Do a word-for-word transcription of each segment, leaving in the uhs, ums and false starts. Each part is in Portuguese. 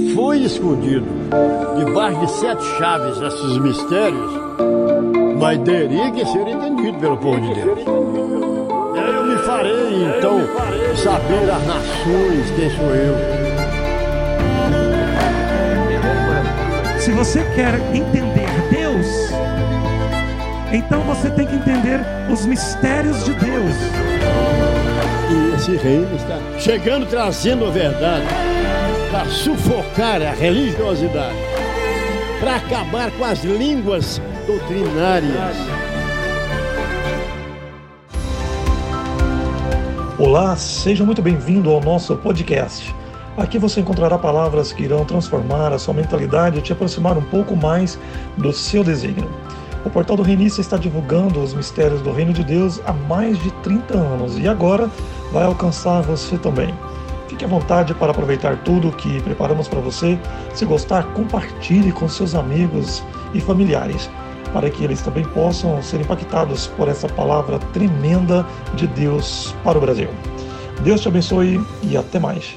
foi escondido debaixo de sete chaves esses mistérios, mas teria que ser entendido pelo povo de Deus. Eu me farei, então, saber das nações quem sou eu. Se você quer entender Deus, então você tem que entender os mistérios de Deus. E esse reino está chegando, trazendo a verdade para sufocar a religiosidade, para acabar com as línguas doutrinárias. Olá, seja muito bem-vindo ao nosso podcast. Aqui você encontrará palavras que irão transformar a sua mentalidade e te aproximar um pouco mais do seu desígnio. O Portal do Reinício está divulgando os mistérios do Reino de Deus há mais de trinta anos e agora vai alcançar você também. Fique à vontade para aproveitar tudo o que preparamos para você. Se gostar, compartilhe com seus amigos e familiares, para que eles também possam ser impactados por essa palavra tremenda de Deus para o Brasil. Deus te abençoe e até mais.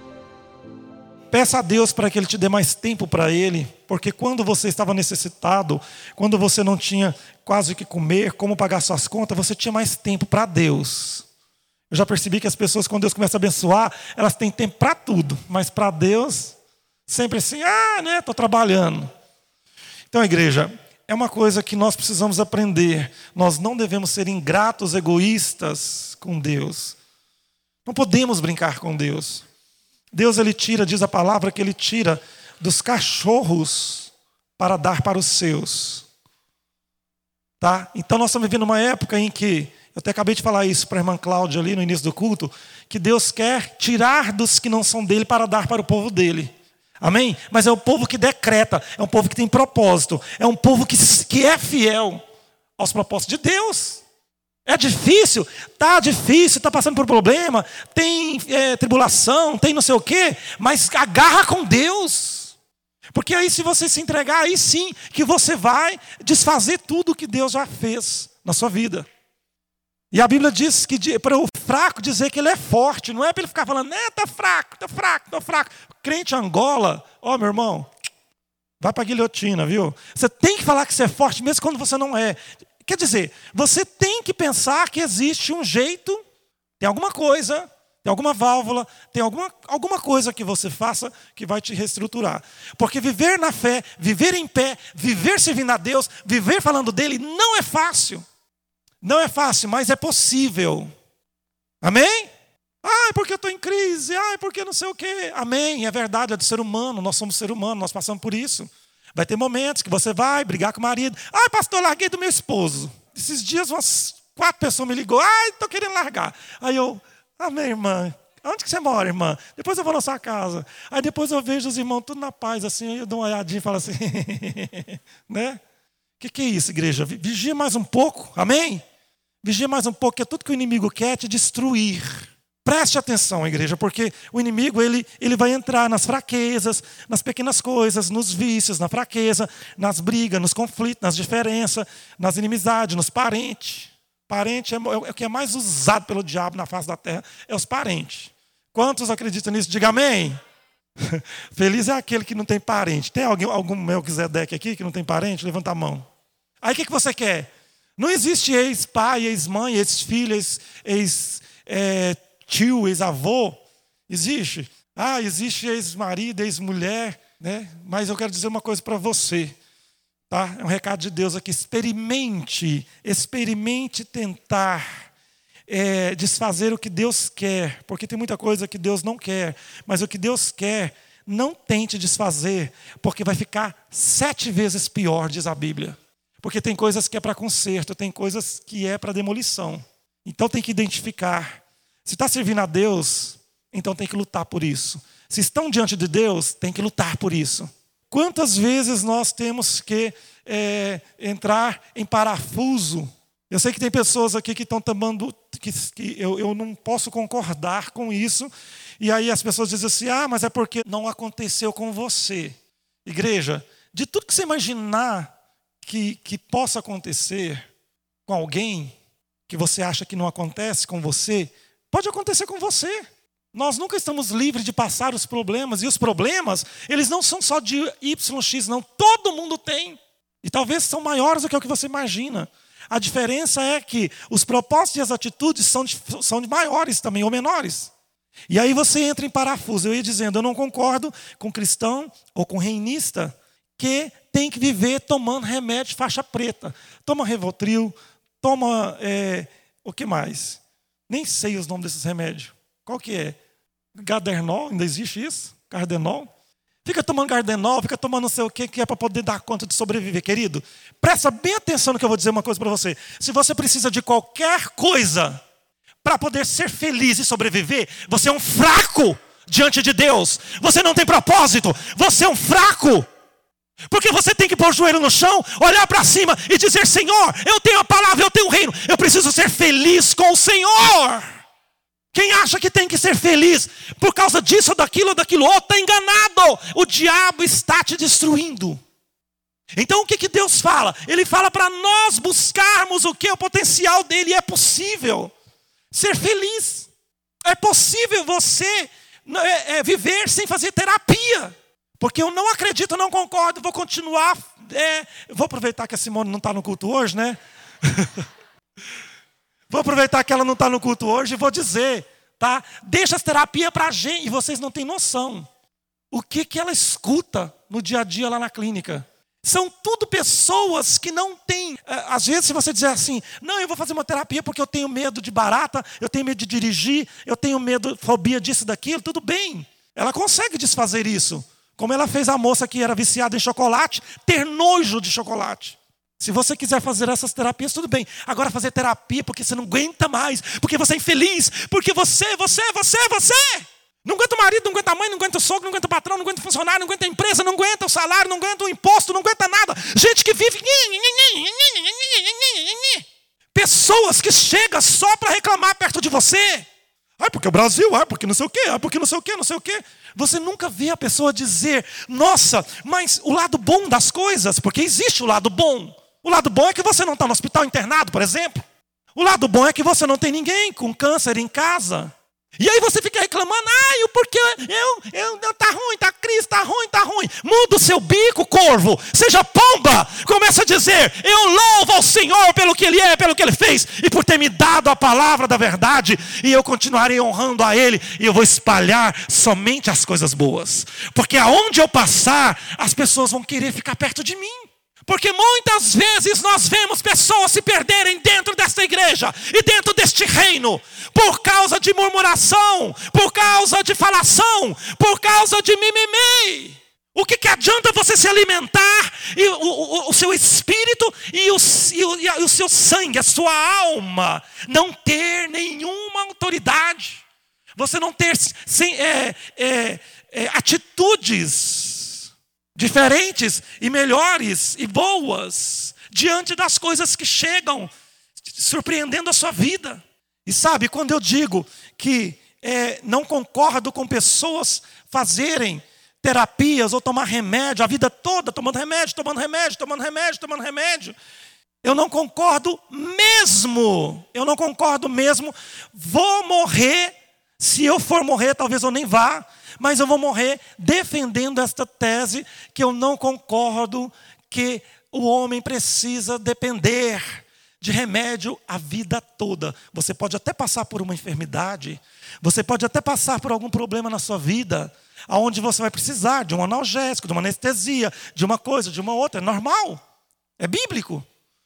Peça a Deus para que Ele te dê mais tempo para Ele, porque quando você estava necessitado, quando você não tinha quase o que comer, como pagar suas contas, você tinha mais tempo para Deus. Eu já percebi que as pessoas, quando Deus começa a abençoar, elas têm tempo para tudo, mas para Deus, sempre assim, ah, né, estou trabalhando. Então, igreja, é uma coisa que nós precisamos aprender. Nós não devemos ser ingratos, egoístas com Deus. Não podemos brincar com Deus. Deus, Ele tira, diz a palavra, que Ele tira dos cachorros para dar para os seus. Tá? Então nós estamos vivendo uma época em que, eu até acabei de falar isso para a irmã Cláudia ali no início do culto, que Deus quer tirar dos que não são dele para dar para o povo dele. Amém? Mas é o povo que decreta, é um povo que tem propósito, é um povo que, que é fiel aos propósitos de Deus. É difícil, tá difícil, tá passando por problema, tem é, tribulação, tem não sei o quê, mas agarra com Deus. Porque aí se você se entregar, aí sim que você vai desfazer tudo que Deus já fez na sua vida. E a Bíblia diz que para o fraco dizer que ele é forte, não é para ele ficar falando, né, tá fraco, tá fraco, tá fraco. Crente Angola, ó oh, meu irmão, vai para a guilhotina, viu? Você tem que falar que você é forte mesmo quando você não é. Quer dizer, você tem que pensar que existe um jeito, tem alguma coisa, tem alguma válvula, tem alguma, alguma coisa que você faça que vai te reestruturar. Porque viver na fé, viver em pé, viver servindo a Deus, viver falando dele, não é fácil. Não é fácil, mas é possível. Amém? Ai, porque eu estou em crise, ai, porque não sei o quê. Amém, é verdade, é do ser humano, nós somos ser humano, nós passamos por isso. Vai ter momentos que você vai brigar com o marido. Ai, pastor, larguei do meu esposo. Esses dias umas quatro pessoas me ligou. Ai, estou querendo largar. Aí eu, amém, irmã. Onde que você mora, irmã? Depois eu vou na sua casa. Aí depois eu vejo os irmãos tudo na paz, assim. Aí eu dou uma olhadinha e falo assim, né? O que, que é isso, igreja? Vigia mais um pouco, amém? Vigia mais um pouco, que é tudo que o inimigo quer é te destruir. Preste atenção, igreja, porque o inimigo ele, ele vai entrar nas fraquezas, nas pequenas coisas, nos vícios, na fraqueza, nas brigas, nos conflitos, nas diferenças, nas inimizades, nos parentes. Parente é, é o que é mais usado pelo diabo na face da terra, é os parentes. Quantos acreditam nisso? Diga amém. Feliz é aquele que não tem parente. Tem alguém, algum Melquisedeque aqui que não tem parente? Levanta a mão. Aí o que, que você quer? Não existe ex-pai, ex-mãe, ex-filho, ex... ex é, tio, ex-avô, existe? Ah, existe ex-marido, ex-mulher, né? Mas eu quero dizer uma coisa para você, tá? É um recado de Deus aqui. Experimente, experimente tentar é, desfazer o que Deus quer, porque tem muita coisa que Deus não quer, mas o que Deus quer, não tente desfazer, porque vai ficar sete vezes pior, diz a Bíblia. Porque tem coisas que é para conserto, tem coisas que é para demolição. Então tem que identificar. Se está servindo a Deus, então tem que lutar por isso. Se estão diante de Deus, tem que lutar por isso. Quantas vezes nós temos que é, entrar em parafuso? Eu sei que tem pessoas aqui que estão tomando, que, que eu, eu não posso concordar com isso. E aí as pessoas dizem assim, ah, mas é porque não aconteceu com você. Igreja, de tudo que você imaginar que, que possa acontecer com alguém, que você acha que não acontece com você, pode acontecer com você. Nós nunca estamos livres de passar os problemas. E os problemas, eles não são só de Y X, não. Todo mundo tem. E talvez são maiores do que o que você imagina. A diferença é que os propósitos e as atitudes são, de, são de maiores também, ou menores. E aí você entra em parafuso. Eu ia dizendo, eu não concordo com cristão ou com reinista que tem que viver tomando remédio de faixa preta. Toma Rivotril, toma... É, o que mais? Nem sei os nomes desses remédios. Qual que é? Gardernol, ainda existe isso? Gardenol? Fica tomando Gardenol, fica tomando não sei o que, que é para poder dar conta de sobreviver. Querido, presta bem atenção no que eu vou dizer uma coisa para você. Se você precisa de qualquer coisa para poder ser feliz e sobreviver, você é um fraco diante de Deus. Você não tem propósito, você é um fraco. Porque você tem que pôr o joelho no chão, olhar para cima e dizer, Senhor, eu tenho a palavra, eu tenho o reino. Eu preciso ser feliz com o Senhor. Quem acha que tem que ser feliz por causa disso, ou daquilo, ou daquilo outro, está enganado. O diabo está te destruindo. Então o que, que Deus fala? Ele fala para nós buscarmos o que? O potencial dele. É possível ser feliz. É possível você é, é, viver sem fazer terapia. Porque eu não acredito, eu não concordo, vou continuar. É, vou aproveitar que a Simone não está no culto hoje, né? Vou aproveitar que ela não está no culto hoje e vou dizer, tá? Deixa as terapias para a gente. E vocês não têm noção. O que, que ela escuta no dia a dia lá na clínica? São tudo pessoas que não têm. Às vezes, se você dizer assim, não, eu vou fazer uma terapia porque eu tenho medo de barata, eu tenho medo de dirigir, eu tenho medo, fobia disso e daquilo, tudo bem. Ela consegue desfazer isso. Como ela fez a moça que era viciada em chocolate, ter nojo de chocolate. Se você quiser fazer essas terapias, tudo bem. Agora fazer terapia porque você não aguenta mais, porque você é infeliz, porque você, você, você, você. Não aguenta o marido, não aguenta a mãe, não aguenta o sogro, não aguenta o patrão, não aguenta o funcionário, não aguenta a empresa, não aguenta o salário, não aguenta o imposto, não aguenta nada. Gente que vive... Pessoas que chegam só para reclamar perto de você. Ai, porque o Brasil, ai, porque não sei o quê, ai, porque não sei o quê, não sei o quê. Você nunca vê a pessoa dizer, nossa, mas o lado bom das coisas, porque existe o lado bom. O lado bom é que você não está no hospital internado, por exemplo. O lado bom é que você não tem ninguém com câncer em casa. E aí você fica reclamando, ai, o porquê, eu, eu, eu, tá ruim, tá crise, tá ruim, tá ruim. Muda o seu bico, corvo, seja pomba. Começa a dizer, eu louvo ao Senhor pelo que Ele é, pelo que Ele fez. E por ter me dado a palavra da verdade. E eu continuarei honrando a Ele. E eu vou espalhar somente as coisas boas. Porque aonde eu passar, as pessoas vão querer ficar perto de mim. Porque muitas vezes nós vemos pessoas se perderem dentro desta igreja e dentro deste reino por causa de murmuração, por causa de falação, por causa de mimimi. O que, que adianta você se alimentar e o, o, o seu espírito e o, e, o, e o seu sangue, a sua alma, não ter nenhuma autoridade? Você não ter sem, é, é, é, atitudes diferentes e melhores e boas diante das coisas que chegam, surpreendendo a sua vida. E sabe, quando eu digo que é, não concordo com pessoas fazerem terapias ou tomar remédio a vida toda, tomando remédio, tomando remédio, tomando remédio, tomando remédio, eu não concordo mesmo, eu não concordo mesmo, vou morrer, se eu for morrer, talvez eu nem vá, mas eu vou morrer defendendo esta tese que eu não concordo que o homem precisa depender de remédio a vida toda. Você pode até passar por uma enfermidade, você pode até passar por algum problema na sua vida, onde você vai precisar de um analgésico, de uma anestesia, de uma coisa, de uma outra. É normal, é bíblico.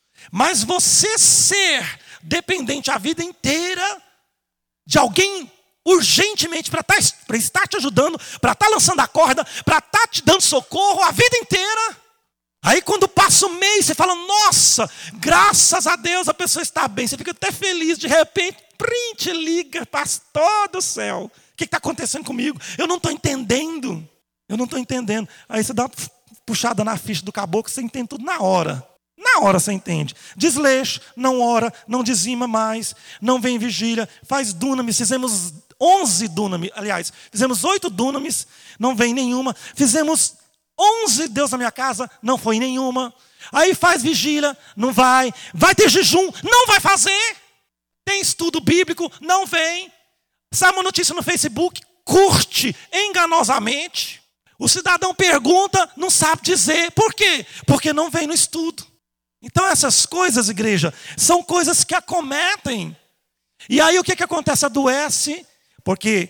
Mas você ser dependente a vida inteira de alguém urgentemente para estar te ajudando, para estar lançando a corda, para estar te dando socorro a vida inteira. Aí quando passa o mês, você fala, nossa, graças a Deus a pessoa está bem. Você fica até feliz, de repente, print, liga, pastor do céu. O que está acontecendo comigo? Eu não estou entendendo. Eu não estou entendendo. Aí você dá uma puxada na ficha do caboclo, você entende tudo na hora. Na hora você entende. Desleixo, não ora, não dizima mais, não vem em vigília, faz dunamis, fizemos onze dunamis, aliás, fizemos oito dunamis, não vem nenhuma, fizemos onze Deus na minha casa, não foi nenhuma, aí faz vigília, não vai, vai ter jejum, não vai fazer, tem estudo bíblico, não vem, sai uma notícia no Facebook, curte enganosamente. O cidadão pergunta, não sabe dizer. Por quê? Porque não vem no estudo. Então essas coisas, igreja, são coisas que acometem. E aí o que, que acontece? Adoece, porque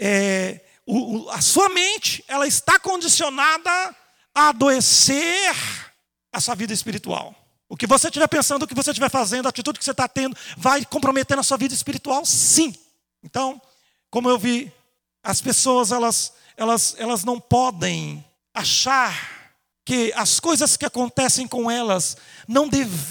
é, o, o, a sua mente ela está condicionada a adoecer a sua vida espiritual. O que você estiver pensando, o que você estiver fazendo, a atitude que você está tendo, vai comprometer na sua vida espiritual, sim. Então, como eu vi, as pessoas elas, elas, elas não podem achar que as coisas que acontecem com elas não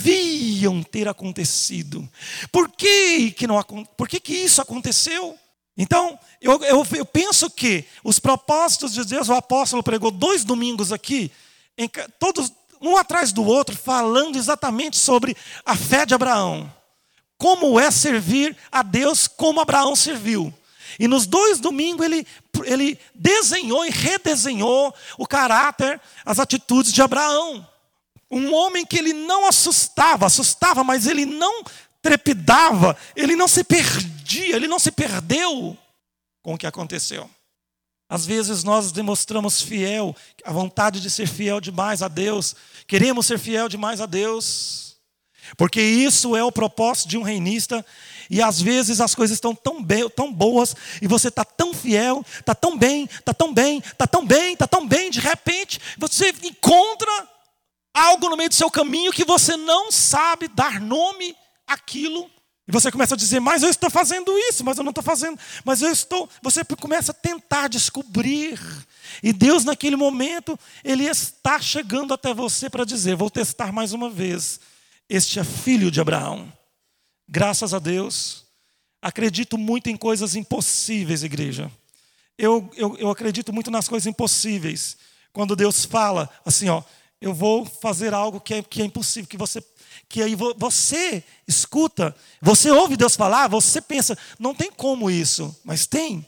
deviam ter acontecido. Por que, que, não, por que, que isso aconteceu? Então, eu, eu, eu penso que os propósitos de Deus, o apóstolo pregou dois domingos aqui, em, todos, um atrás do outro, falando exatamente sobre a fé de Abraão. Como é servir a Deus como Abraão serviu. E nos dois domingos ele, ele desenhou e redesenhou o caráter, as atitudes de Abraão. Um homem que ele não assustava, assustava, mas ele não trepidava, ele não se perdia, ele não se perdeu com o que aconteceu. Às vezes nós demonstramos fiel, a vontade de ser fiel demais a Deus, queremos ser fiel demais a Deus, porque isso é o propósito de um reinista. E às vezes as coisas estão tão, bem, tão boas, e você está tão fiel, está tão bem, está tão bem, está tão bem, está tão bem, de repente você encontra algo no meio do seu caminho que você não sabe dar nome àquilo. E você começa a dizer, mas eu estou fazendo isso, mas eu não estou fazendo, mas eu estou... Você começa a tentar descobrir. E Deus naquele momento, Ele está chegando até você para dizer, vou testar mais uma vez. Este é filho de Abraão. Graças a Deus, acredito muito em coisas impossíveis, igreja. Eu, eu, eu acredito muito nas coisas impossíveis. Quando Deus fala assim, ó, eu vou fazer algo que é, que é impossível, que você, que aí você escuta, você ouve Deus falar, você pensa, não tem como isso, mas tem.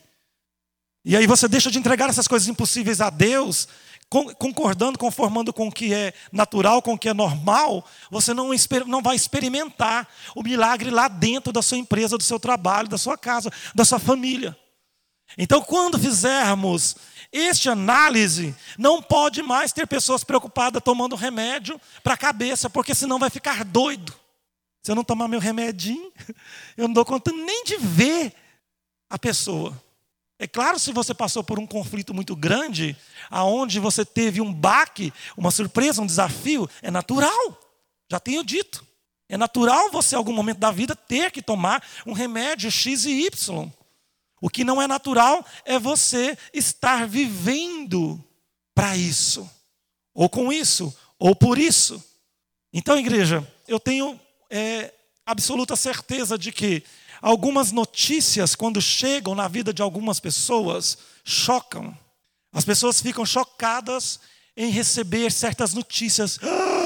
E aí você deixa de entregar essas coisas impossíveis a Deus, concordando, conformando com o que é natural, com o que é normal, você não, não vai experimentar o milagre lá dentro da sua empresa, do seu trabalho, da sua casa, da sua família. Então, quando fizermos esta análise, não pode mais ter pessoas preocupadas tomando remédio para a cabeça, porque senão vai ficar doido. Se eu não tomar meu remedinho, eu não dou conta nem de ver a pessoa. É claro, se você passou por um conflito muito grande, aonde você teve um baque, uma surpresa, um desafio, é natural, já tenho dito. É natural você, em algum momento da vida, ter que tomar um remédio X e Y. O que não é natural é você estar vivendo para isso, ou com isso, ou por isso. Então, igreja, eu tenho é, absoluta certeza de que algumas notícias, quando chegam na vida de algumas pessoas, chocam. As pessoas ficam chocadas em receber certas notícias.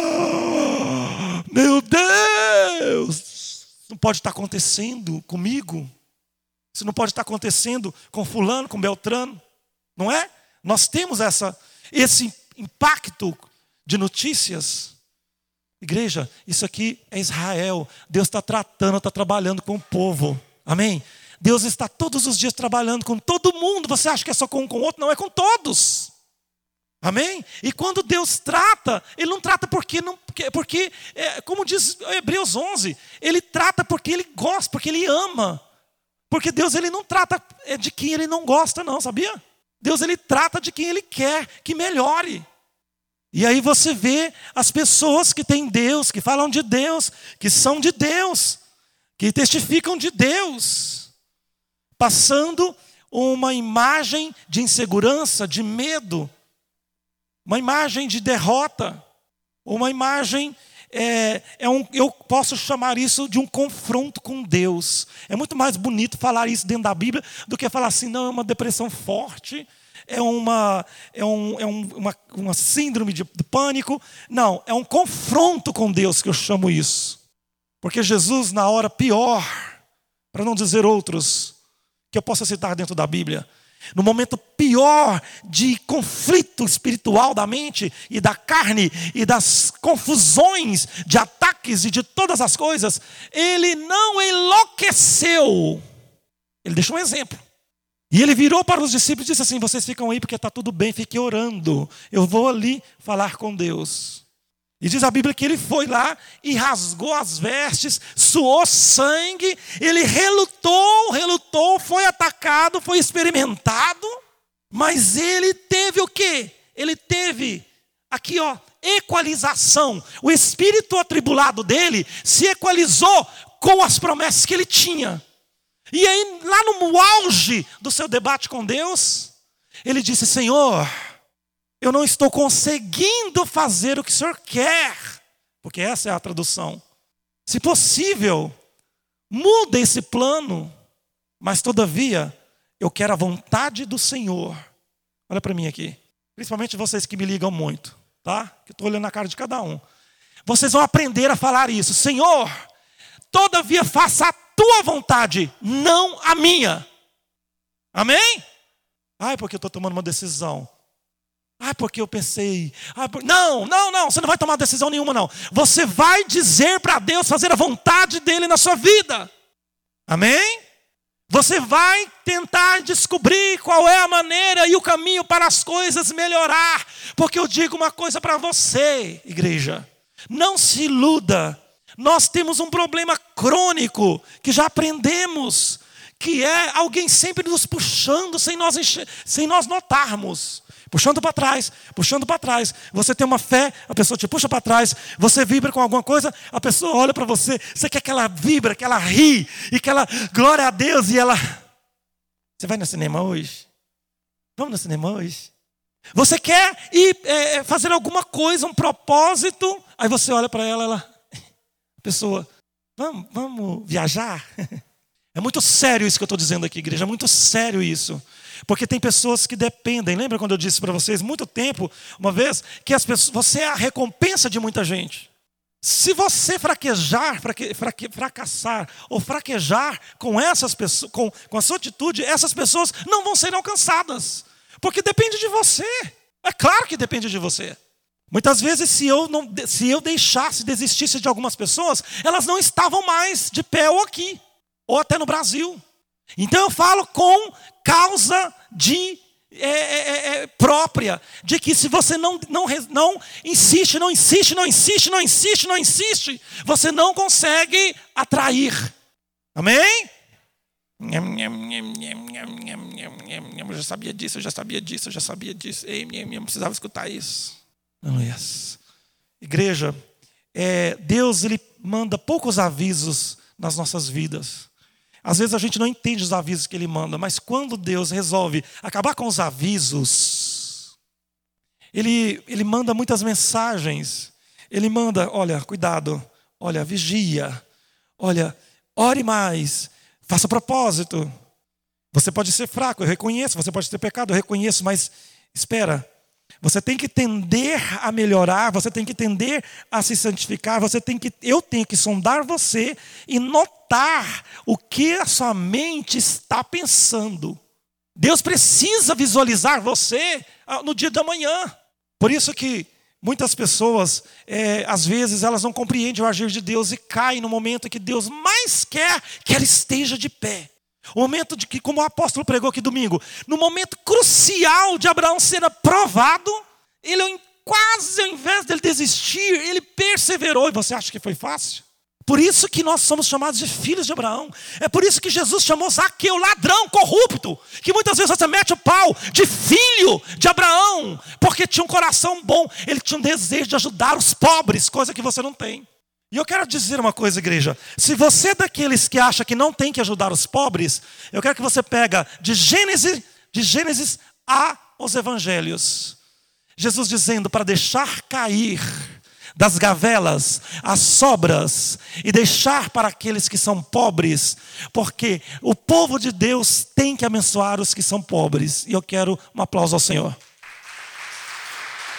Ah, meu Deus! Não pode estar acontecendo comigo. Isso não pode estar acontecendo com fulano, com Beltrano. Não é? Nós temos essa, esse impacto de notícias. Igreja, isso aqui é Israel. Deus está tratando, está trabalhando com o povo. Amém? Deus está todos os dias trabalhando com todo mundo. Você acha que é só com um, com o outro? Não, é com todos. Amém? E quando Deus trata, Ele não trata porque, não, porque, porque é, como diz Hebreus onze, Ele trata porque Ele gosta, porque Ele ama. Porque Deus Ele não trata de quem Ele não gosta, não, sabia? Deus Ele trata de quem Ele quer que melhore. E aí você vê as pessoas que têm Deus, que falam de Deus, que são de Deus, que testificam de Deus, passando uma imagem de insegurança, de medo, uma imagem de derrota, uma imagem, é, é um, eu posso chamar isso de um confronto com Deus. É muito mais bonito falar isso dentro da Bíblia do que falar assim, não, é uma depressão forte, é uma, é um, é um, uma, uma síndrome de, de pânico. Não, é um confronto com Deus que eu chamo isso. Porque Jesus, na hora pior, para não dizer outros, que eu possa citar dentro da Bíblia, no momento pior de conflito espiritual da mente e da carne e das confusões, de ataques e de todas as coisas, Ele não enlouqueceu. Ele deixou um exemplo. E ele virou para os discípulos e disse assim: vocês ficam aí porque está tudo bem, fiquem orando. Eu vou ali falar com Deus. E diz a Bíblia que ele foi lá e rasgou as vestes, suou sangue, ele relutou, relutou, foi atacado, foi experimentado. Mas ele teve o quê? Ele teve, aqui ó, equalização. O espírito atribulado dele se equalizou com as promessas que ele tinha. E aí, lá no auge do seu debate com Deus, ele disse: Senhor, eu não estou conseguindo fazer o que o Senhor quer. Porque essa é a tradução. Se possível, muda esse plano. Mas todavia, eu quero a vontade do Senhor. Olha para mim aqui. Principalmente vocês que me ligam muito, tá? Que eu estou olhando na cara de cada um. Vocês vão aprender a falar isso. Senhor, todavia faça a tua vontade, não a minha. Amém? Ai, porque eu estou tomando uma decisão. Ai, porque eu pensei. Ai, por... Não, não, não. Você não vai tomar decisão nenhuma, não. Você vai dizer para Deus fazer a vontade dele na sua vida. Amém? Você vai tentar descobrir qual é a maneira e o caminho para as coisas melhorar. Porque eu digo uma coisa para você, igreja. Não se iluda. Nós temos um problema crônico que já aprendemos, que é alguém sempre nos puxando sem nós, enche... sem nós notarmos. Puxando para trás, puxando para trás. Você tem uma fé, a pessoa te puxa para trás. Você vibra com alguma coisa, a pessoa olha para você. Você quer que ela vibra, que ela ri, e que ela, glória a Deus, e ela... Você vai no cinema hoje? Vamos no cinema hoje? Você quer ir é, fazer alguma coisa, um propósito, aí você olha para ela, ela... Pessoa, vamos, vamos viajar? É muito sério isso que eu estou dizendo aqui, igreja. É muito sério isso. Porque tem pessoas que dependem. Lembra quando eu disse para vocês, muito tempo, uma vez, que as pessoas, você é a recompensa de muita gente. Se você fraquejar, fraque, fraque, fracassar ou fraquejar com, essas pessoas, com, com a sua atitude, essas pessoas não vão ser alcançadas. Porque depende de você. É claro que depende de você. Muitas vezes, se eu, não, se eu deixasse, desistisse de algumas pessoas, elas não estavam mais de pé ou aqui, ou até no Brasil. Então eu falo com causa de, é, é, é, própria, de que se você não, não, não insiste, não insiste, não insiste, não insiste, não insiste, você não consegue atrair. Amém? Eu já sabia disso, eu já sabia disso, eu já sabia disso. Eu precisava escutar isso. Aleluias. Igreja, é, Deus ele manda poucos avisos nas nossas vidas. Às vezes a gente não entende os avisos que Ele manda, mas quando Deus resolve acabar com os avisos, Ele, ele manda muitas mensagens. Ele manda, olha, cuidado, olha, vigia, olha, ore mais, faça propósito. Você pode ser fraco, eu reconheço, você pode ter pecado, eu reconheço, mas espera. Você tem que tender a melhorar, você tem que tender a se santificar, você tem que, eu tenho que sondar você e notar o que a sua mente está pensando. Deus precisa visualizar você no dia da manhã. Por isso que muitas pessoas, é, às vezes, elas não compreendem o agir de Deus e caem no momento em que Deus mais quer que ela esteja de pé. O momento de que, como o apóstolo pregou aqui domingo, no momento crucial de Abraão ser aprovado, ele quase, ao invés dele desistir, ele perseverou. E você acha que foi fácil? Por isso que nós somos chamados de filhos de Abraão. É por isso que Jesus chamou Zaqueu, ladrão, corrupto, que muitas vezes você mete o pau, de filho de Abraão, porque tinha um coração bom, ele tinha um desejo de ajudar os pobres, coisa que você não tem. E eu quero dizer uma coisa, igreja. Se você é daqueles que acha que não tem que ajudar os pobres, eu quero que você pega de Gênesis, de Gênesis a os Evangelhos. Jesus dizendo para deixar cair das gavelas as sobras e deixar para aqueles que são pobres, porque o povo de Deus tem que abençoar os que são pobres. E eu quero um aplauso ao Senhor.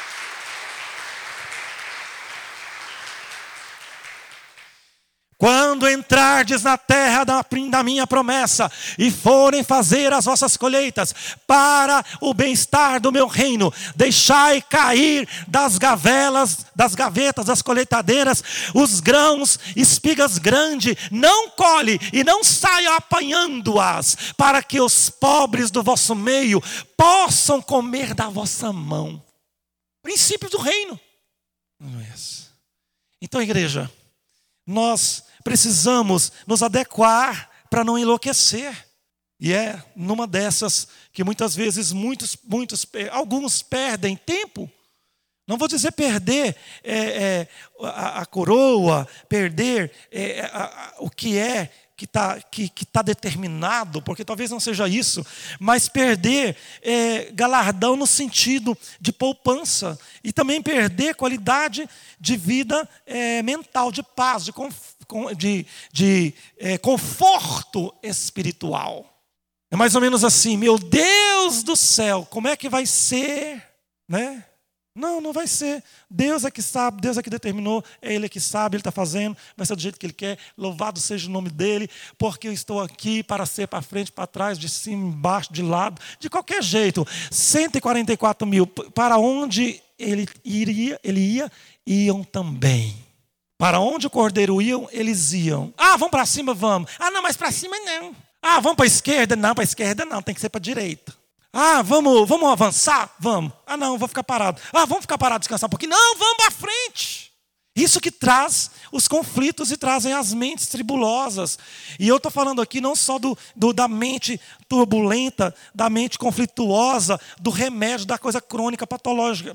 Quando quando entrardes na terra da, da minha promessa e forem fazer as vossas colheitas para o bem-estar do meu reino, deixai cair das gavelas, das gavetas, das colheitadeiras, os grãos, espigas grandes, não colhe e não saia apanhando-as, para que os pobres do vosso meio possam comer da vossa mão. Princípio do reino. Então, igreja, nós precisamos nos adequar para não enlouquecer. E é numa dessas que muitas vezes muitos, muitos, alguns perdem tempo. Não vou dizer perder é, é, a, a coroa, perder é, a, a, o que é que está que, que tá determinado, porque talvez não seja isso, mas perder é, galardão no sentido de poupança e também perder qualidade de vida é, mental, de paz, de, de, de é, conforto espiritual. É mais ou menos assim, meu Deus do céu, como é que vai ser, né? Não, não vai ser. Deus é que sabe, Deus é que determinou, é Ele que sabe, Ele está fazendo, vai ser do jeito que Ele quer, louvado seja o nome dEle, porque eu estou aqui para ser para frente, para trás, de cima, embaixo, de lado, de qualquer jeito. cento e quarenta e quatro mil, para onde Ele iria, Ele ia, iam também. Para onde o cordeiro ia, eles iam. Ah, vamos para cima, vamos. Ah, não, mas para cima não. Ah, vamos para a esquerda? Não, para a esquerda não, tem que ser para a direita. Ah, vamos, vamos avançar? Vamos. Ah, não, vou ficar parado. Ah, vamos ficar parado, descansar um pouquinho. Não, vamos para frente. Isso que traz os conflitos e trazem as mentes tribulosas. E eu estou falando aqui não só do, do, da mente turbulenta, da mente conflituosa, do remédio, da coisa crônica, patológica,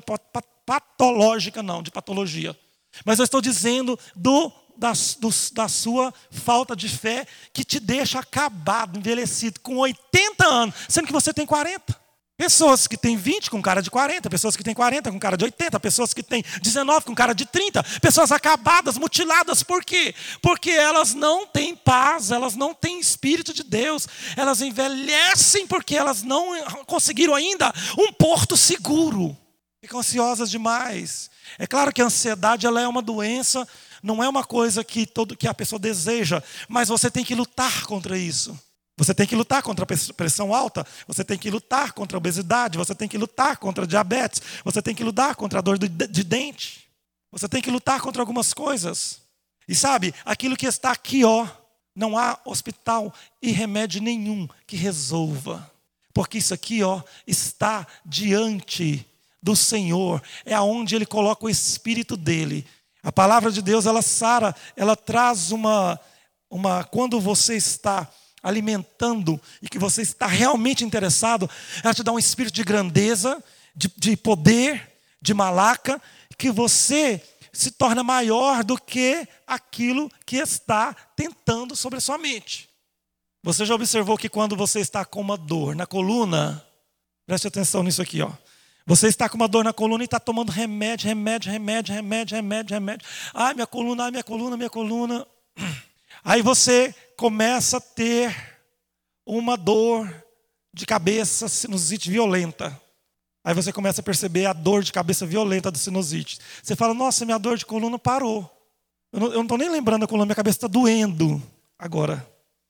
patológica não, de patologia. Mas eu estou dizendo do, da, do, da sua falta de fé que te deixa acabado, envelhecido, com oitenta anos, sendo que você tem quarenta. Pessoas que têm vinte com cara de quarenta, pessoas que têm quarenta com cara de oitenta, pessoas que têm dezenove com cara de trinta, pessoas acabadas, mutiladas. Por quê? Porque elas não têm paz, elas não têm Espírito de Deus, elas envelhecem porque elas não conseguiram ainda um porto seguro. Ficam ansiosas demais. É claro que a ansiedade ela é uma doença, não é uma coisa que, todo, que a pessoa deseja, mas você tem que lutar contra isso. Você tem que lutar contra a pressão alta, você tem que lutar contra a obesidade, você tem que lutar contra a diabetes, você tem que lutar contra a dor de dente, você tem que lutar contra algumas coisas. E sabe, aquilo que está aqui, ó, não há hospital e remédio nenhum que resolva. Porque isso aqui, ó, está diante do Senhor, é aonde Ele coloca o Espírito dEle. A palavra de Deus, ela sara, ela traz uma, uma quando você está alimentando e que você está realmente interessado, ela te dá um espírito de grandeza, de, de poder, de malaca, que você se torna maior do que aquilo que está tentando sobre a sua mente. Você já observou que quando você está com uma dor na coluna, preste atenção nisso aqui, ó. Você está com uma dor na coluna e está tomando remédio, remédio, remédio, remédio, remédio, remédio. Ai, minha coluna, ai, minha coluna, minha coluna. Aí você começa a ter uma dor de cabeça, sinusite violenta. Aí você começa a perceber a dor de cabeça violenta do sinusite. Você fala, nossa, minha dor de coluna parou. Eu não estou nem lembrando a coluna, minha cabeça está doendo agora.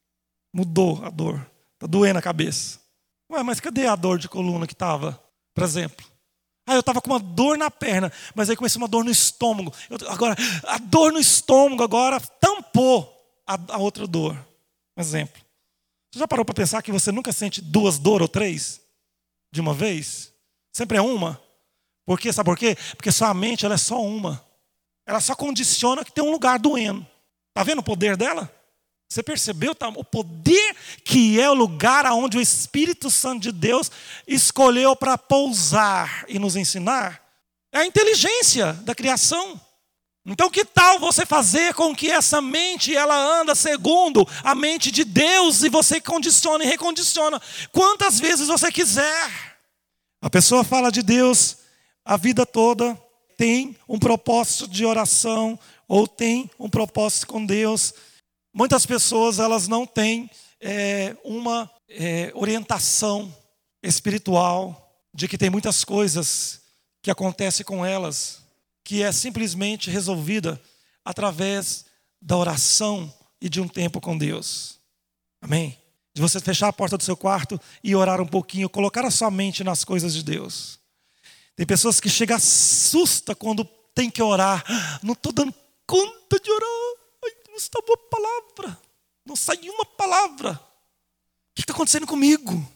Mudou a dor, está doendo a cabeça. Ué, mas cadê a dor de coluna que estava, por exemplo? Ah, eu estava com uma dor na perna, mas aí começou uma dor no estômago. Eu, agora, a dor no estômago agora tampou a, a outra dor. Um exemplo. Você já parou para pensar que você nunca sente duas dores ou três de uma vez? Sempre é uma. Por quê? Sabe por quê? Porque sua mente ela é só uma. Ela só condiciona que tem um lugar doendo. Está vendo o poder dela? Você percebeu tá? O poder que é o lugar onde o Espírito Santo de Deus escolheu para pousar e nos ensinar? É a inteligência da criação. Então que tal você fazer com que essa mente ela anda segundo a mente de Deus e você condiciona e recondiciona quantas vezes você quiser? A pessoa fala de Deus a vida toda, tem um propósito de oração ou tem um propósito com Deus. Muitas pessoas elas não têm é, uma é, orientação espiritual de que tem muitas coisas que acontecem com elas que é simplesmente resolvida através da oração e de um tempo com Deus. Amém? De você fechar a porta do seu quarto e orar um pouquinho, colocar a sua mente nas coisas de Deus. Tem pessoas que chegam assusta quando tem que orar. Não estou dando conta de orar. Ai, não está uma palavra. Não sai uma palavra. O que está acontecendo comigo?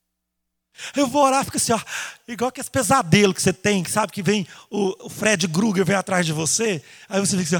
Eu vou orar, fica assim, ó, igual aqueles pesadelos que você tem, que sabe que vem o, o Fred Krueger vem atrás de você. Aí você fica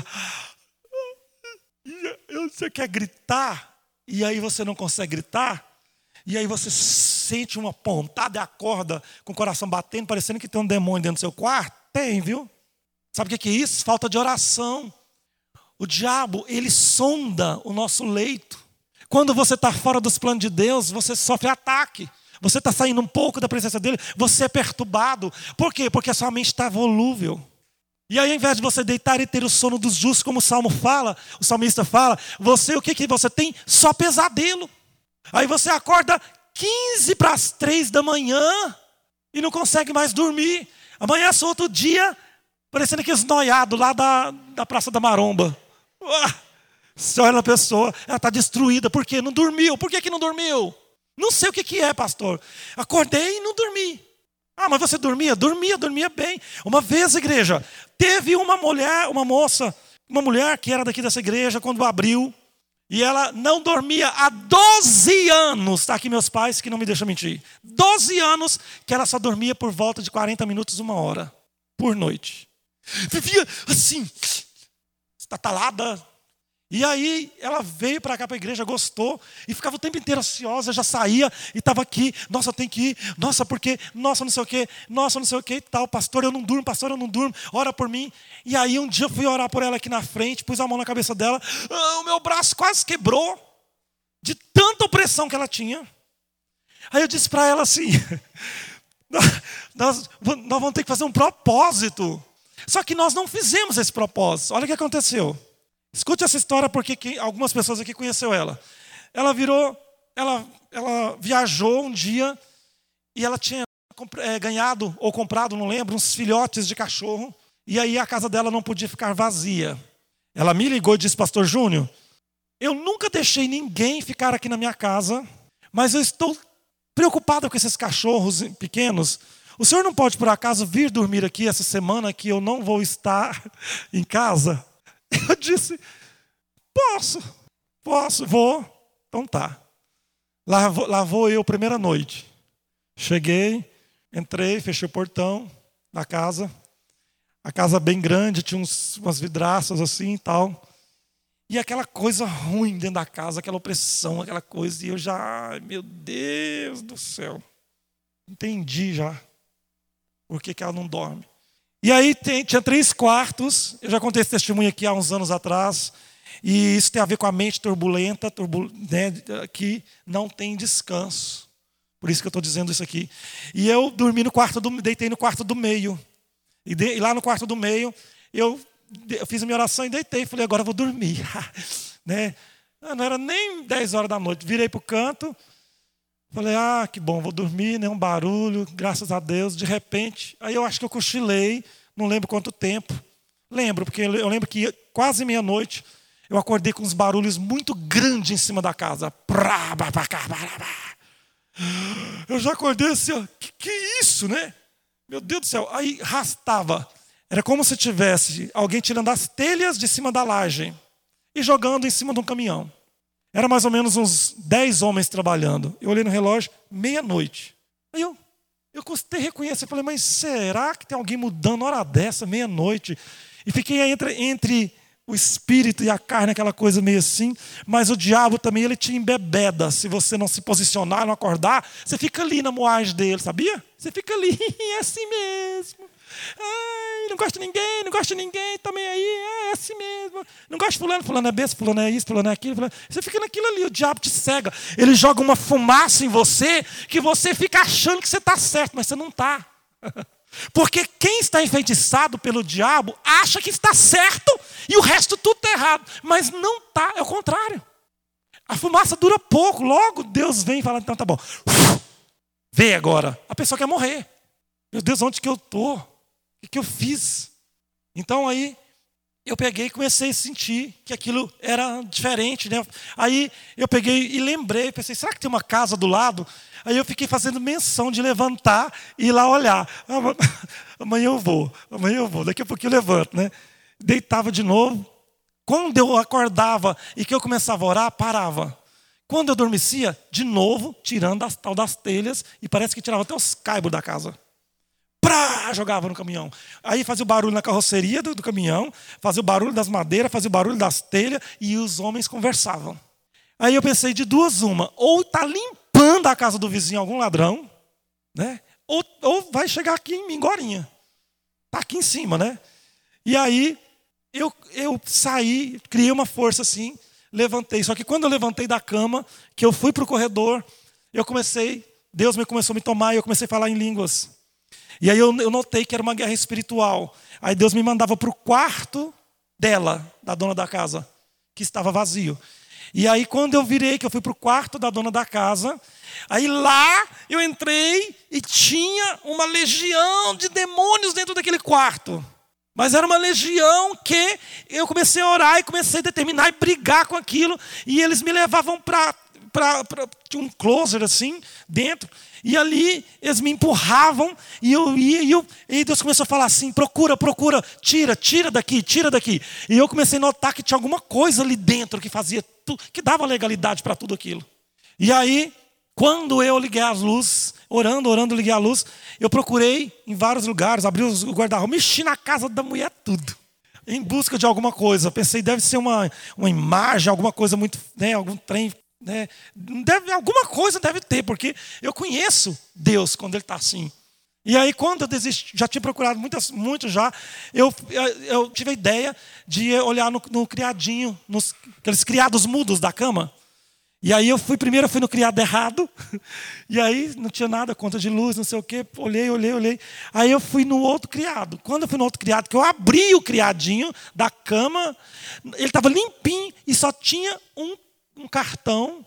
assim, ó, você quer gritar, e aí você não consegue gritar, e aí você sente uma pontada e acorda com o coração batendo, parecendo que tem um demônio dentro do seu quarto. Tem, viu? Sabe o que é isso? Falta de oração. O diabo, ele sonda o nosso leito. Quando você está fora dos planos de Deus, você sofre ataque. Você está saindo um pouco da presença dele, você é perturbado. Por quê? Porque a sua mente está volúvel. E aí, ao invés de você deitar e ter o sono dos justos, como o Salmo fala, o salmista fala, você, o que, que você tem? Só pesadelo. Aí você acorda quinze para as três da manhã e não consegue mais dormir. Amanhã é outro dia, parecendo aqueles noiados lá da, da Praça da Maromba. Uah, você olha a pessoa, ela está destruída. Por quê? Não dormiu. Por que, que não dormiu? Não sei o que, que é, pastor. Acordei e não dormi. Ah, mas você dormia? Dormia, dormia bem. Uma vez, igreja, teve uma mulher, uma moça, uma mulher que era daqui dessa igreja, quando abriu, e ela não dormia há doze anos. Está aqui meus pais que não me deixam mentir. doze anos que ela só dormia por volta de quarenta minutos, uma hora, por noite. Vivia assim, estatalada. E aí ela veio para cá para a igreja, gostou, e ficava o tempo inteiro ansiosa, já saía e estava aqui, nossa, eu tenho que ir, nossa, porque, nossa, não sei o quê, nossa, não sei o quê e tal, pastor, eu não durmo, pastor, eu não durmo, ora por mim. E aí um dia eu fui orar por ela aqui na frente, pus a mão na cabeça dela, ah, o meu braço quase quebrou, de tanta opressão que ela tinha. Aí eu disse para ela assim, nós, nós vamos ter que fazer um propósito. Só que nós não fizemos esse propósito. Olha o que aconteceu. Escute essa história porque algumas pessoas aqui conheceu ela. Ela virou, ela, ela viajou um dia e ela tinha é, ganhado ou comprado, não lembro, uns filhotes de cachorro. E aí a casa dela não podia ficar vazia. Ela me ligou e disse, pastor Júnior, eu nunca deixei ninguém ficar aqui na minha casa, mas eu estou preocupada com esses cachorros pequenos. O senhor não pode, por acaso, vir dormir aqui essa semana que eu não vou estar em casa? Eu disse, posso, posso, vou. Então tá. Lá vou, lá vou eu, primeira noite. Cheguei, entrei, fechei o portão da casa. A casa bem grande, tinha uns, umas vidraças assim e tal. E aquela coisa ruim dentro da casa, aquela opressão, aquela coisa. E eu já, ai, meu Deus do céu. Entendi já por que, que ela não dorme. E aí tem, tinha três quartos, eu já contei esse testemunho aqui há uns anos atrás, e isso tem a ver com a mente turbulenta, turbul, né, que não tem descanso. Por isso que eu estou dizendo isso aqui. E eu dormi no quarto do, deitei no quarto do meio. E, de, e lá no quarto do meio, eu, eu fiz a minha oração e deitei, e falei, agora eu vou dormir. né? Não era nem dez horas da noite, virei para o canto, falei, ah, que bom, vou dormir, nenhum barulho, graças a Deus. De repente, aí eu acho que eu cochilei, não lembro quanto tempo. Lembro, porque eu lembro que quase meia-noite eu acordei com uns barulhos muito grandes em cima da casa. Eu já acordei assim, ó, que, que isso, né? Meu Deus do céu. Aí rastava. Era como se tivesse alguém tirando as telhas de cima da laje e jogando em cima de um caminhão. Era mais ou menos uns dez homens trabalhando. Eu olhei no relógio, meia-noite. Aí eu, eu custei reconhecer. Falei, mas será que tem alguém mudando hora dessa, meia-noite? E fiquei entre, entre o espírito e a carne, aquela coisa meio assim. Mas o diabo também, ele te embebeda. Se você não se posicionar, não acordar, você fica ali na moagem dele, sabia? Você fica ali, é assim mesmo. Ai, não gosto de ninguém, não gosto de ninguém, também aí, é assim mesmo. Não gosto de fulano, fulano é besta, fulano é isso, fulano é aquilo. Fulano... Você fica naquilo ali, o diabo te cega. Ele joga uma fumaça em você que você fica achando que você está certo, mas você não está. Porque quem está enfeitiçado pelo diabo acha que está certo e o resto tudo está errado. Mas não está, é o contrário. A fumaça dura pouco, logo Deus vem e fala, então tá bom. Vê agora, a pessoa quer morrer. Meu Deus, onde que eu estou? O que eu fiz? Então aí, eu peguei e comecei a sentir que aquilo era diferente, né? Aí eu peguei e lembrei, pensei, será que tem uma casa do lado? Aí eu fiquei fazendo menção de levantar e ir lá olhar. Amanhã eu vou, amanhã eu vou, daqui a pouquinho eu levanto, né? Deitava de novo. Quando eu acordava e que eu começava a orar, parava. Quando eu adormecia, de novo, tirando as tal das telhas, e parece que tirava até os caibros da casa. Prá, jogava no caminhão. Aí fazia o barulho na carroceria do, do caminhão, fazia o barulho das madeiras, fazia o barulho das telhas, e os homens conversavam. Aí eu pensei, de duas uma, ou está limpando a casa do vizinho algum ladrão, né? ou, ou vai chegar aqui em mim agorinha. Está aqui em cima, né? E aí eu, eu saí, criei uma força assim, levantei. Só que quando eu levantei da cama, que eu fui para o corredor, eu comecei, Deus me começou a me tomar e eu comecei a falar em línguas. E aí eu, eu notei que era uma guerra espiritual. Aí Deus me mandava para o quarto dela, da dona da casa, que estava vazio. E aí quando eu virei, que eu fui para o quarto da dona da casa, aí lá eu entrei e tinha uma legião de demônios dentro daquele quarto. Mas era uma legião que eu comecei a orar e comecei a determinar e brigar com aquilo. E eles me levavam para um closet assim, dentro. E ali eles me empurravam e eu ia. E, eu, e Deus começou a falar assim, procura, procura, tira, tira daqui, tira daqui. E eu comecei a notar que tinha alguma coisa ali dentro que fazia, tu, que dava legalidade para tudo aquilo. E aí, quando eu liguei as luzes, orando, orando, liguei a luz, eu procurei em vários lugares, abri o guarda-roupa, mexi na casa da mulher tudo, em busca de alguma coisa. Pensei, deve ser uma, uma imagem, alguma coisa muito, né, algum trem, né, deve, alguma coisa deve ter, porque eu conheço Deus quando Ele está assim. E aí quando eu desisti, já tinha procurado muitas, muito já, eu, eu tive a ideia de olhar no, no criadinho, nos aqueles criados mudos da cama. E aí eu fui, primeiro eu fui no criado errado, e aí não tinha nada, conta de luz, não sei o quê, olhei, olhei, olhei. Aí eu fui no outro criado. Quando eu fui no outro criado, que eu abri o criadinho da cama, ele estava limpinho e só tinha um, um cartão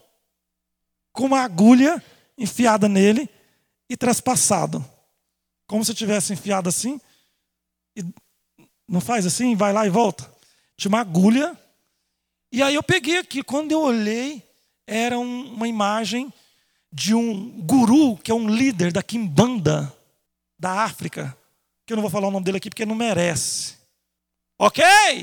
com uma agulha enfiada nele e traspassado. Como se eu tivesse enfiado assim, e não faz assim, vai lá e volta. Tinha uma agulha, e aí eu peguei aqui, quando eu olhei, era um, uma imagem de um guru, que é um líder da Quimbanda, da África, que eu não vou falar o nome dele aqui porque não merece. Ok?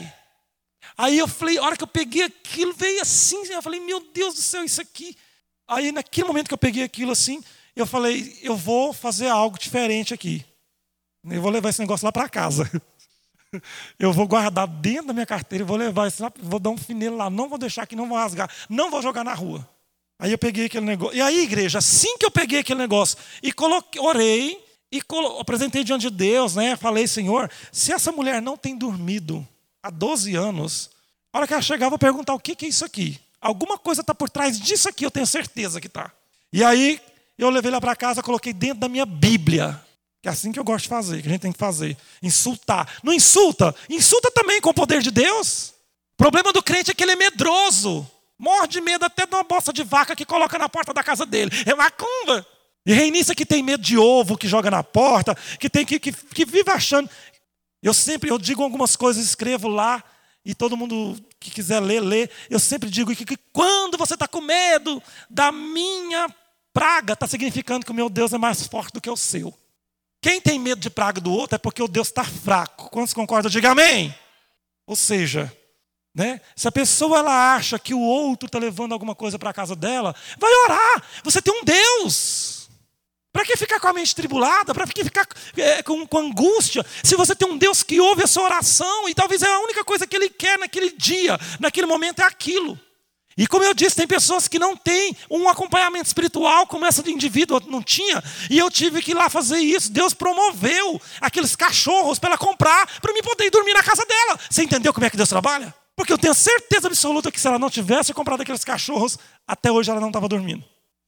Aí eu falei, a hora que eu peguei aquilo, veio assim, eu falei, meu Deus do céu, isso aqui. Aí naquele momento que eu peguei aquilo assim, eu falei, eu vou fazer algo diferente aqui. Eu vou levar esse negócio lá para casa. Eu vou guardar dentro da minha carteira e vou levar isso lá, vou dar um finelo lá, não vou deixar aqui, não vou rasgar, não vou jogar na rua. Aí eu peguei aquele negócio. E aí, igreja, assim que eu peguei aquele negócio e coloquei, orei e colo... apresentei diante de Deus, né? Falei, Senhor, se essa mulher não tem dormido há doze anos, a hora que ela chegar, eu vou perguntar o que é isso aqui. Alguma coisa está por trás disso aqui, eu tenho certeza que está. E aí eu levei lá para casa, coloquei dentro da minha Bíblia. Que é assim que eu gosto de fazer, que a gente tem que fazer. Insultar. Não insulta. Insulta também com o poder de Deus. O problema do crente é que ele é medroso. Morre de medo até de uma bosta de vaca que coloca na porta da casa dele. É macumba. E reinista que tem medo de ovo que joga na porta, que, tem, que, que, que vive achando. Eu sempre eu digo algumas coisas, escrevo lá, e todo mundo que quiser ler, lê. Eu sempre digo que, que quando você está com medo da minha praga, está significando que o meu Deus é mais forte do que o seu. Quem tem medo de praga do outro é porque o Deus está fraco. Quantos concordam? Diga amém. Ou seja, né, se a pessoa ela acha que o outro está levando alguma coisa para a casa dela, vai orar. Você tem um Deus. Para que ficar com a mente tribulada? Para que ficar é, com, com angústia? Se você tem um Deus que ouve a sua oração e talvez é a única coisa que Ele quer naquele dia, naquele momento é aquilo. E como eu disse, tem pessoas que não têm um acompanhamento espiritual como essa de indivíduo não tinha. E eu tive que ir lá fazer isso. Deus promoveu aqueles cachorros para ela comprar, para mim poder ir dormir na casa dela. Você entendeu como é que Deus trabalha? Porque eu tenho certeza absoluta que se ela não tivesse comprado aqueles cachorros, até hoje ela não estava dormindo.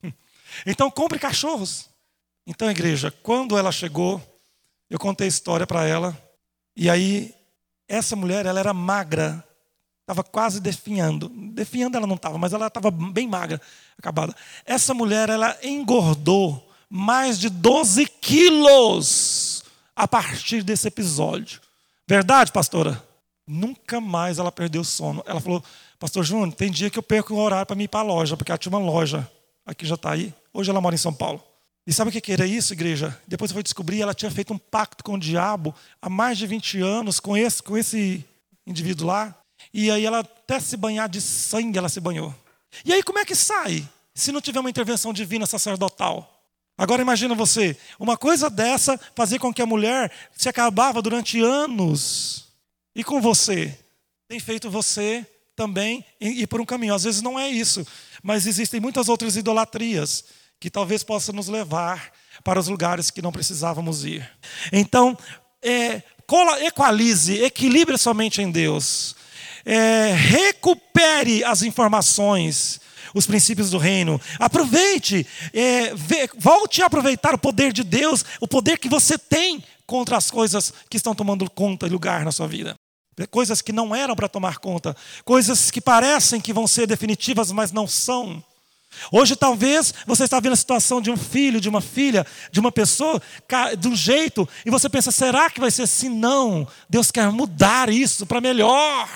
Então compre cachorros. Então, igreja, quando ela chegou, eu contei a história para ela. E aí, essa mulher, ela era magra. Estava quase definhando. Definhando ela não estava, mas ela estava bem magra, acabada. Essa mulher, ela engordou mais de doze quilos a partir desse episódio. Verdade, pastora? Nunca mais ela perdeu o sono. Ela falou, pastor Júnior, tem dia que eu perco o horário para mim ir para a loja, porque ela tinha uma loja aqui já está aí. Hoje ela mora em São Paulo. E sabe o que era isso, igreja? Depois eu fui descobrir, ela tinha feito um pacto com o diabo há mais de vinte anos com esse, com esse indivíduo lá. E aí ela até se banhar de sangue, ela se banhou. E aí como é que sai, se não tiver uma intervenção divina sacerdotal? Agora imagina você, uma coisa dessa fazer com que a mulher se acabava durante anos. E com você, tem feito você também ir por um caminho. Às vezes não é isso, mas existem muitas outras idolatrias que talvez possam nos levar para os lugares que não precisávamos ir. Então, é, equalize, equilibre somente em Deus. É, recupere as informações, os princípios do reino. Aproveite, é, vê, volte a aproveitar o poder de Deus, o poder que você tem contra as coisas que estão tomando conta e lugar na sua vida. Coisas que não eram para tomar conta, coisas que parecem que vão ser definitivas, mas não são. Hoje talvez você está vendo a situação de um filho, de uma filha, de uma pessoa, de um jeito, e você pensa, será que vai ser assim? Não, Deus quer mudar isso para melhor.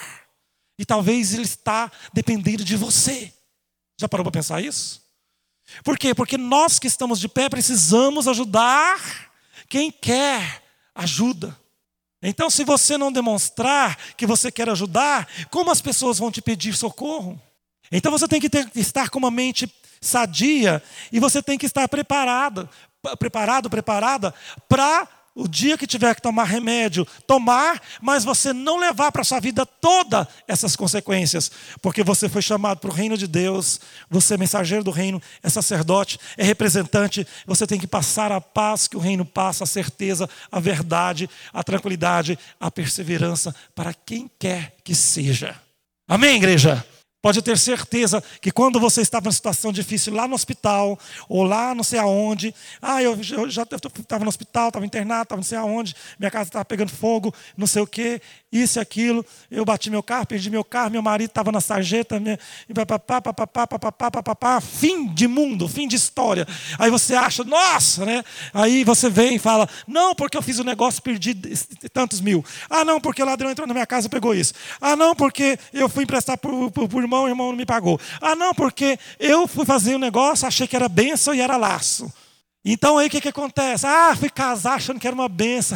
E talvez Ele está dependendo de você. Já parou para pensar isso? Por quê? Porque nós que estamos de pé precisamos ajudar quem quer ajuda. Então, se você não demonstrar que você quer ajudar, como as pessoas vão te pedir socorro? Então você tem que ter, estar com uma mente sadia e você tem que estar preparado, preparado, preparada para o dia que tiver que tomar remédio, tomar, mas você não levar para a sua vida todas essas consequências, porque você foi chamado para o reino de Deus, você é mensageiro do reino, é sacerdote, é representante, você tem que passar a paz que o reino passa, a certeza, a verdade, a tranquilidade, a perseverança para quem quer que seja. Amém, igreja? Pode ter certeza que quando você estava em situação difícil lá no hospital, ou lá não sei aonde, ah, eu, eu já estava no hospital, estava internado, estava não sei aonde, minha casa estava pegando fogo, não sei o quê, isso e aquilo, eu bati meu carro, perdi meu carro, meu marido estava na sarjeta, minha, papapá, papapá, papapá, papapá, fim de mundo, fim de história. Aí você acha, nossa, né? Aí você vem e fala, não, porque eu fiz o negócio, perdi tantos mil. Ah, não, porque o ladrão entrou na minha casa e pegou isso. Ah, não, porque eu fui emprestar por, por, por irmão, o irmão não me pagou. Ah, não, porque eu fui fazer o um negócio, achei que era bênção e era laço. Então aí o que, que acontece? Ah, fui casar achando que era uma bênção.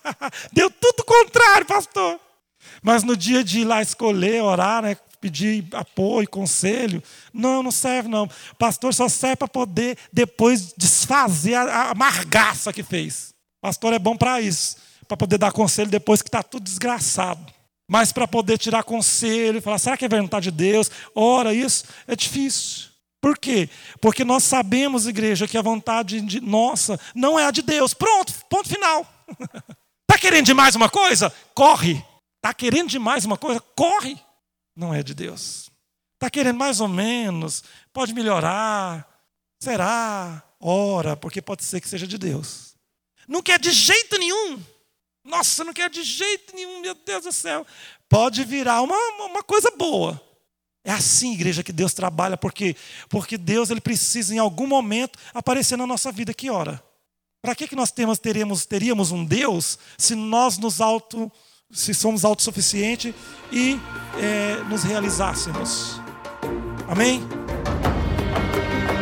Deu tudo o contrário, pastor. Mas no dia de ir lá escolher, orar, né, pedir apoio, conselho, não, não serve não. Pastor só serve para poder depois desfazer a, a margaça que fez. Pastor é bom para isso, para poder dar conselho depois que está tudo desgraçado. Mas para poder tirar conselho, falar, será que é vontade de Deus? Ora, isso é difícil. Por quê? Porque nós sabemos, igreja, que a vontade de nossa não é a de Deus. Pronto, ponto final. Está querendo demais uma coisa? Corre. Está querendo demais uma coisa? Corre. Não é de Deus. Está querendo mais ou menos? Pode melhorar? Será? Ora, porque pode ser que seja de Deus. Não quer de jeito nenhum. Nossa, não quer de jeito nenhum, meu Deus do céu. Pode virar uma, uma coisa boa. É assim, igreja, que Deus trabalha, porque, porque Deus ele precisa em algum momento aparecer na nossa vida. Que hora? Para que, que nós temos, teremos, teríamos um Deus se nós nos auto, se somos autossuficientes e é, nos realizássemos? Amém?